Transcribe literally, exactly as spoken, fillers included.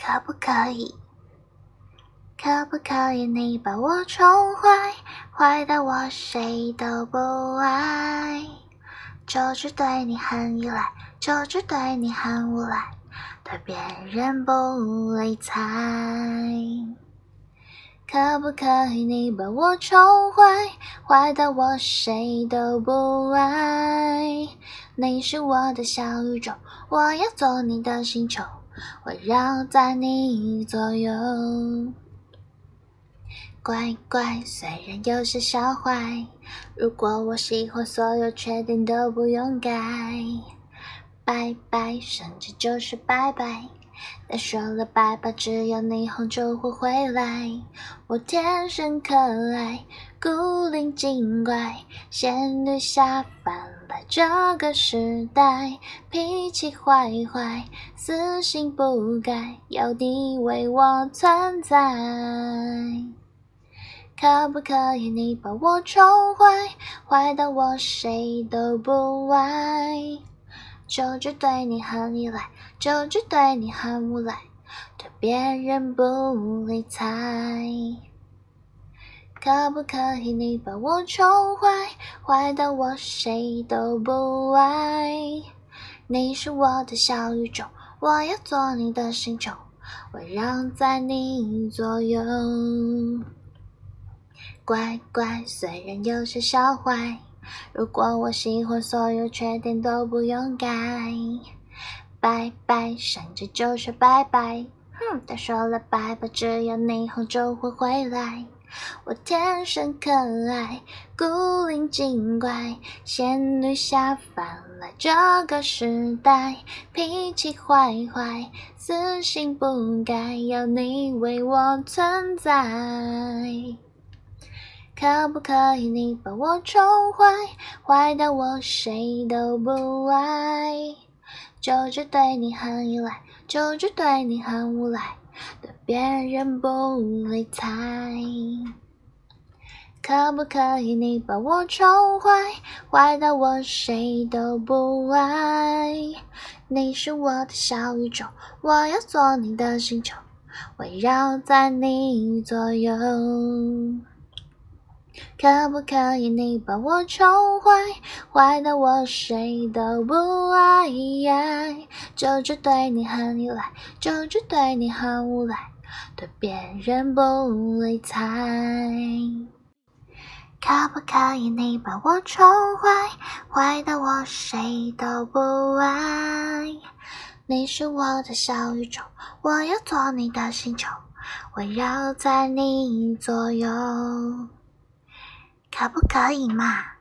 可不可以？可不可以你把我宠坏，坏到我谁都不爱？就只对你很依赖，就只对你很无赖，对别人不理睬。可不可以你把我宠坏，坏到我谁都不爱？你是我的小宇宙，我要做你的星球，围绕在你左右。乖乖，虽然有些小坏，如果我喜欢所有缺点都不用改。拜拜，甚至就是拜拜，但说了拜拜，只要你红就会回来。我天生可爱，古灵精怪，仙女下凡来这个时代，脾气坏坏，死性不改，有你为我存在。可不可以你把我宠坏，坏到我谁都不爱？就只对你很依赖，就只对你很无赖，对别人不理睬。可不可以你把我宠坏，坏到我谁都不爱？你是我的小宇宙，我要做你的星球，围绕在你左右。乖乖，虽然有些小坏，如果我喜欢所有缺点都不用改。拜拜，甚至就是拜拜，哼，但说了拜拜，只要你红就会回来。我天生可爱，古灵精怪，仙女下凡来这个时代，脾气坏坏，死性不改，有你为我存在。可不可以你把我宠坏，坏到我谁都不爱？就只对你很依赖，就只对你很无赖，对别人不理睬。可不可以你把我宠坏，坏到我谁都不爱？你是我的小宇宙，我要做你的星球，围绕在你左右。可不可以你把我宠坏，坏到我谁都不爱？就只对你很依赖，就只对你很无赖，对别人不理睬。可不可以你把我宠坏，坏到我谁都不爱？你是我的小宇宙，我要做你的星球，围绕在你左右。可不可以嘛？